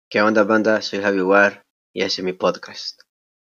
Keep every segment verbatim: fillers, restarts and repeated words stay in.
¿Qué onda, banda? Soy Javi War y ese es mi podcast.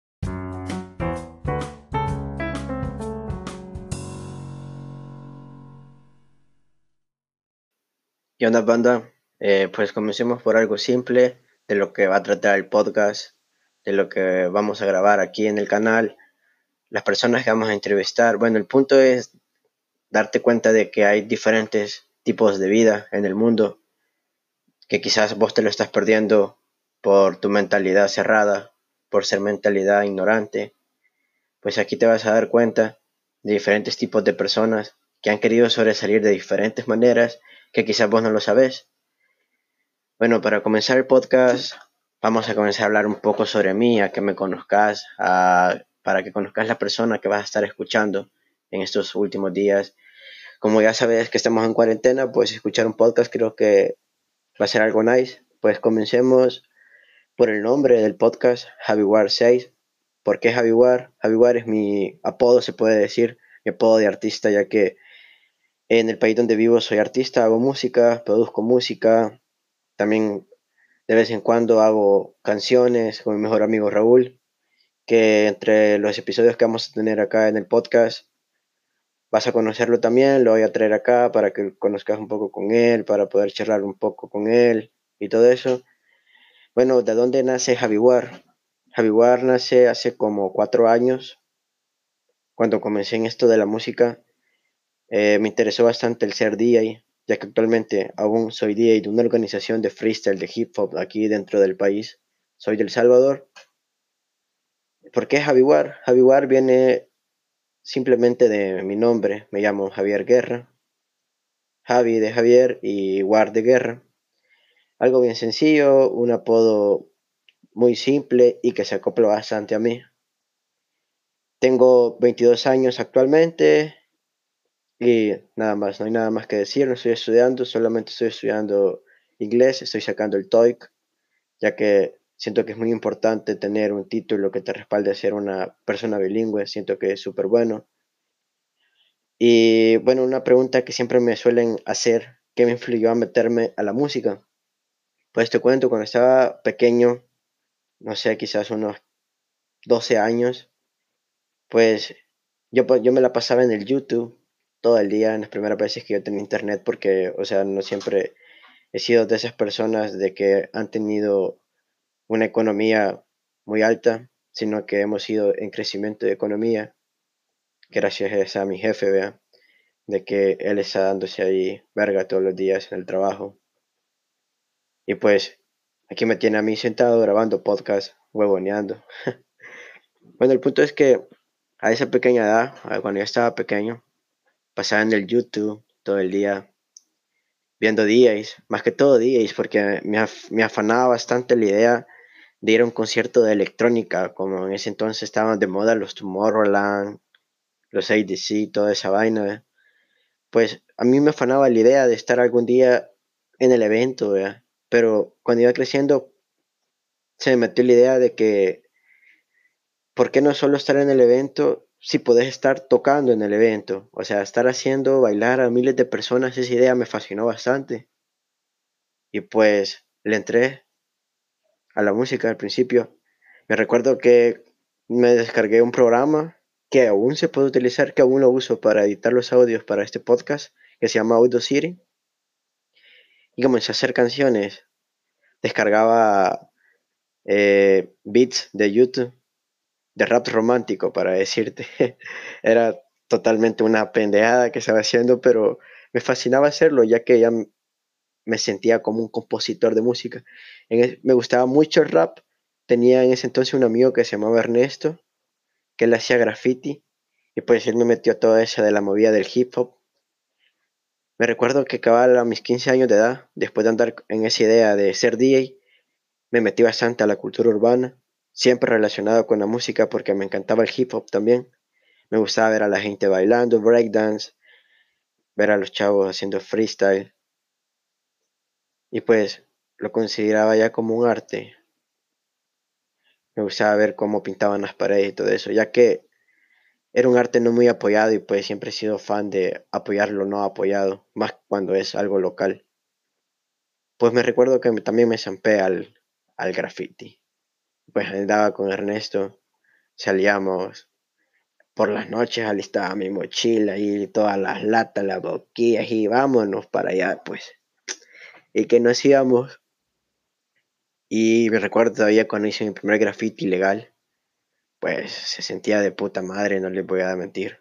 ¿Qué onda, banda? Eh, pues comencemos por algo simple de lo que va a tratar el podcast, de lo que vamos a grabar aquí en el canal, las personas que vamos a entrevistar. Bueno, el punto es darte cuenta de que hay diferentes tipos de vida en el mundo, que quizás vos te lo estás perdiendo por tu mentalidad cerrada, por ser mentalidad ignorante. Pues aquí te vas a dar cuenta de diferentes tipos de personas que han querido sobresalir de diferentes maneras que quizás vos no lo sabés. Bueno, para comenzar el podcast vamos a comenzar a hablar un poco sobre mí, a que me conozcas, a, para que conozcas la persona que vas a estar escuchando en estos últimos días. Como ya sabes que estamos en cuarentena, pues escuchar un podcast creo que va a ser algo nice. Pues comencemos por el nombre del podcast, Javi War seis. ¿Por qué Javi War? Javi War es mi apodo, se puede decir, mi apodo de artista, ya que en el país donde vivo soy artista, hago música, produzco música, también de vez en cuando hago canciones con mi mejor amigo Raúl, que entre los episodios que vamos a tener acá en el podcast vas a conocerlo también, lo voy a traer acá para que conozcas un poco con él, para poder charlar un poco con él y todo eso. Bueno, ¿de dónde nace Javi War? Javi War nace hace como cuatro años, cuando comencé en esto de la música. Eh, me interesó bastante el ser D J, ya que actualmente aún soy D J de una organización de freestyle de hip hop aquí dentro del país. Soy del Salvador. ¿Por qué Javi War? Javi War viene simplemente de mi nombre. Me llamo Javier Guerra. Javi de Javier y War de Guerra. Algo bien sencillo, un apodo muy simple y que se acopla bastante a mí. Tengo veintidós años actualmente y nada más, no hay nada más que decir, no estoy estudiando, solamente estoy estudiando inglés, estoy sacando el TOEIC, ya que siento que es muy importante tener un título que te respalde a ser una persona bilingüe, siento que es súper bueno. Y bueno, una pregunta que siempre me suelen hacer, ¿qué me influyó a meterme a la música? Pues te cuento, cuando estaba pequeño, no sé, quizás unos doce años, pues yo, yo me la pasaba en el YouTube todo el día, en las primeras veces que yo tenía internet, porque, o sea, no siempre he sido de esas personas de que han tenido una economía muy alta, sino que hemos ido en crecimiento de economía, gracias a mi jefe, vea, de que él está dándose ahí verga todos los días en el trabajo. Y pues aquí me tiene a mí sentado grabando podcast, huevoneando. Bueno, el punto es que a esa pequeña edad, cuando yo estaba pequeño, pasaba en el YouTube todo el día viendo D Js, más que todo D Js, porque me, af me afanaba bastante la idea de ir a un concierto de electrónica, como en ese entonces estaban de moda los Tomorrowland, los A D C, toda esa vaina. Pues a mí me afanaba la idea de estar algún día en el evento, ¿verdad? Pero cuando iba creciendo se me metió la idea de que ¿por qué no solo estar en el evento si podés estar tocando en el evento? O sea, estar haciendo bailar a miles de personas, esa idea me fascinó bastante. Y pues le entré a la música al principio. Me recuerdo que me descargué un programa que aún se puede utilizar, que aún lo uso para editar los audios para este podcast, que se llama Audacity. Y comencé a hacer canciones. Descargaba eh, beats de YouTube, de rap romántico, para decirte. Era totalmente una pendejada que estaba haciendo, pero me fascinaba hacerlo, ya que ya me sentía como un compositor de música. En el, me gustaba mucho el rap. Tenía en ese entonces un amigo que se llamaba Ernesto, que él hacía graffiti, y pues él me metió a toda esa de la movida del hip hop. Me recuerdo que acababa a mis quince años de edad, después de andar en esa idea de ser D J, me metí bastante a la cultura urbana, siempre relacionado con la música porque me encantaba el hip hop también. Me gustaba ver a la gente bailando, breakdance, ver a los chavos haciendo freestyle, y pues lo consideraba ya como un arte. Me gustaba ver cómo pintaban las paredes y todo eso, ya que era un arte no muy apoyado y pues siempre he sido fan de apoyar lo no apoyado, más cuando es algo local. Pues me recuerdo que también me zampé al, al graffiti. Pues andaba con Ernesto, salíamos por las noches, alistaba mi mochila y todas las latas, las boquillas y vámonos para allá, pues. Y que nos íbamos. Y me recuerdo todavía cuando hice mi primer graffiti ilegal, pues se sentía de puta madre, no les voy a mentir.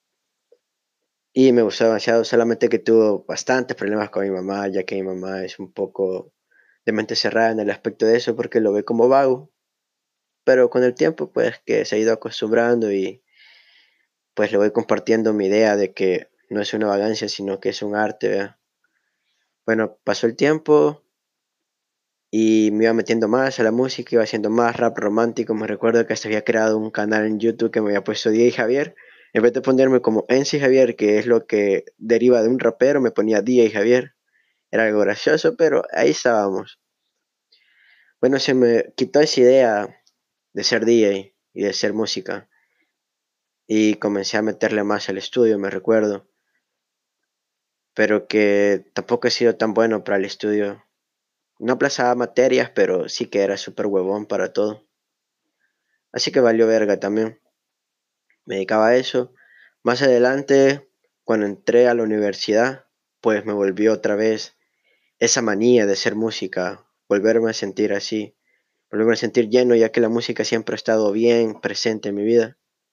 Y me gustó demasiado, solamente que tuvo bastantes problemas con mi mamá, ya que mi mamá es un poco de mente cerrada en el aspecto de eso porque lo ve como vago. Pero con el tiempo, pues que se ha ido acostumbrando y pues le voy compartiendo mi idea de que no es una vagancia, sino que es un arte, ¿verdad? Bueno, pasó el tiempo y me iba metiendo más a la música, iba haciendo más rap romántico. Me recuerdo que hasta había creado un canal en YouTube que me había puesto D J Javier. En vez de ponerme como M C Javier, que es lo que deriva de un rapero, me ponía D J Javier. Era algo gracioso, pero ahí estábamos. Bueno, se me quitó esa idea de ser D J y de hacer música. Y comencé a meterle más al estudio, me recuerdo. Pero que tampoco he sido tan bueno para el estudio. No aplazaba materias, pero sí que era súper huevón para todo. Así que valió verga también. Me dedicaba a eso. Más adelante, cuando entré a la universidad, pues me volvió otra vez esa manía de hacer música, volverme a sentir así, volverme a sentir lleno, ya que la música siempre ha estado bien presente en mi vida.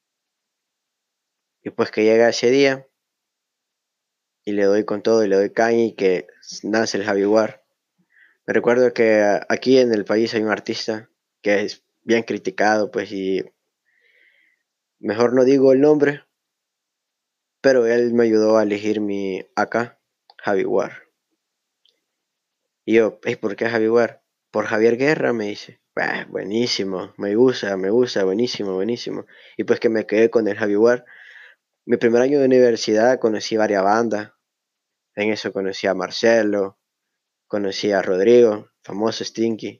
Y pues que llega ese día y le doy con todo y le doy caña y que nace el Jaguar. Me recuerdo que ah, aquí en el país hay un artista que es bien criticado, pues, y mejor no digo el nombre, pero él me ayudó a elegir mi A K, Jaguar. Y yo, "Ey, ¿por qué Jaguar? Por Javier Guerra", me dice. "Bah, buenísimo, me gusta, me gusta, buenísimo, buenísimo". Y pues que me quedé con el Jaguar. Mi primer año de universidad conocí varias bandas. En eso conocí a Marcelo, conocí a Rodrigo, famoso Stinky.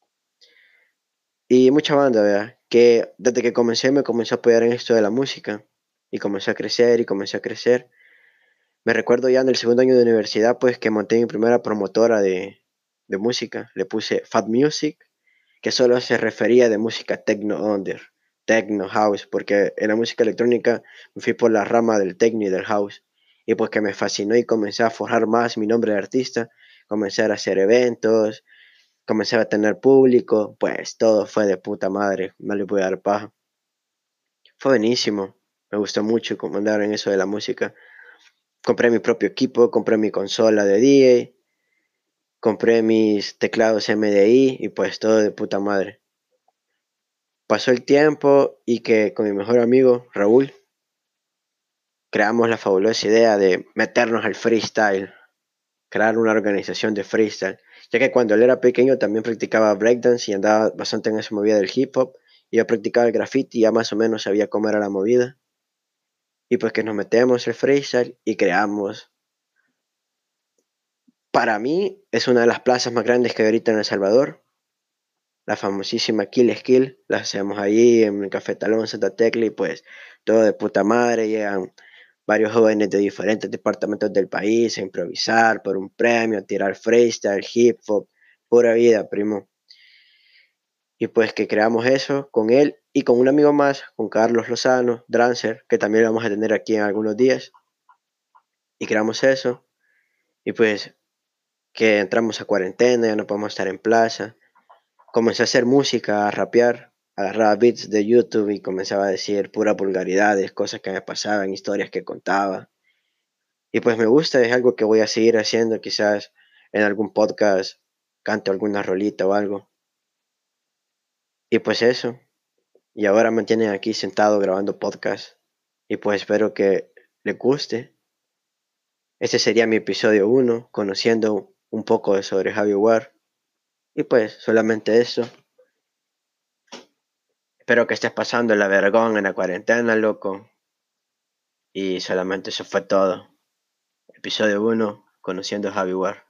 Y mucha banda, ¿verdad? Que desde que comencé me comenzó a apoyar en esto de la música. Y comencé a crecer y comencé a crecer. Me recuerdo ya en el segundo año de universidad, pues que monté mi primera promotora de, de música. Le puse Fat Music, que solo se refería de música techno under, techno house, porque en la música electrónica me fui por la rama del techno y del house. Y pues que me fascinó y comencé a forjar más mi nombre de artista. Comencé a hacer eventos, comencé a tener público, pues todo fue de puta madre, no le voy a dar paja. Fue buenísimo, me gustó mucho como andar en eso de la música. Compré mi propio equipo, compré mi consola de D J, compré mis teclados M D I y pues todo de puta madre. Pasó el tiempo y que con mi mejor amigo, Raúl, creamos la fabulosa idea de meternos al freestyle, crear una organización de freestyle, ya que cuando él era pequeño también practicaba breakdance y andaba bastante en esa movida del hip hop, y yo practicaba el graffiti y ya más o menos sabía cómo era la movida, y pues que nos metemos el freestyle y creamos. Para mí es una de las plazas más grandes que hay ahorita en El Salvador, la famosísima Kill Skill, la hacemos ahí en el Café Talón Santa Tecla y pues todo de puta madre, llegan varios jóvenes de diferentes departamentos del país a improvisar por un premio, a tirar freestyle, hip hop, pura vida, primo. Y pues que creamos eso con él y con un amigo más, con Carlos Lozano, Drancer, que también lo vamos a tener aquí en algunos días. Y creamos eso. Y pues que entramos a cuarentena, ya no podemos estar en plaza. Comencé a hacer música, a rapear, agarraba beats de YouTube y comenzaba a decir puras vulgaridades, cosas que me pasaban, historias que contaba. Y pues me gusta, es algo que voy a seguir haciendo, quizás en algún podcast cante alguna rolita o algo. Y pues eso. Y ahora me tienen aquí sentado grabando podcast. Y pues espero que les guste. Este sería mi episodio uno, conociendo un poco sobre Javi War. Y pues solamente eso. Espero que estés pasando la vergón en la cuarentena, loco. Y solamente eso fue todo. Episodio uno, conociendo a Javi War.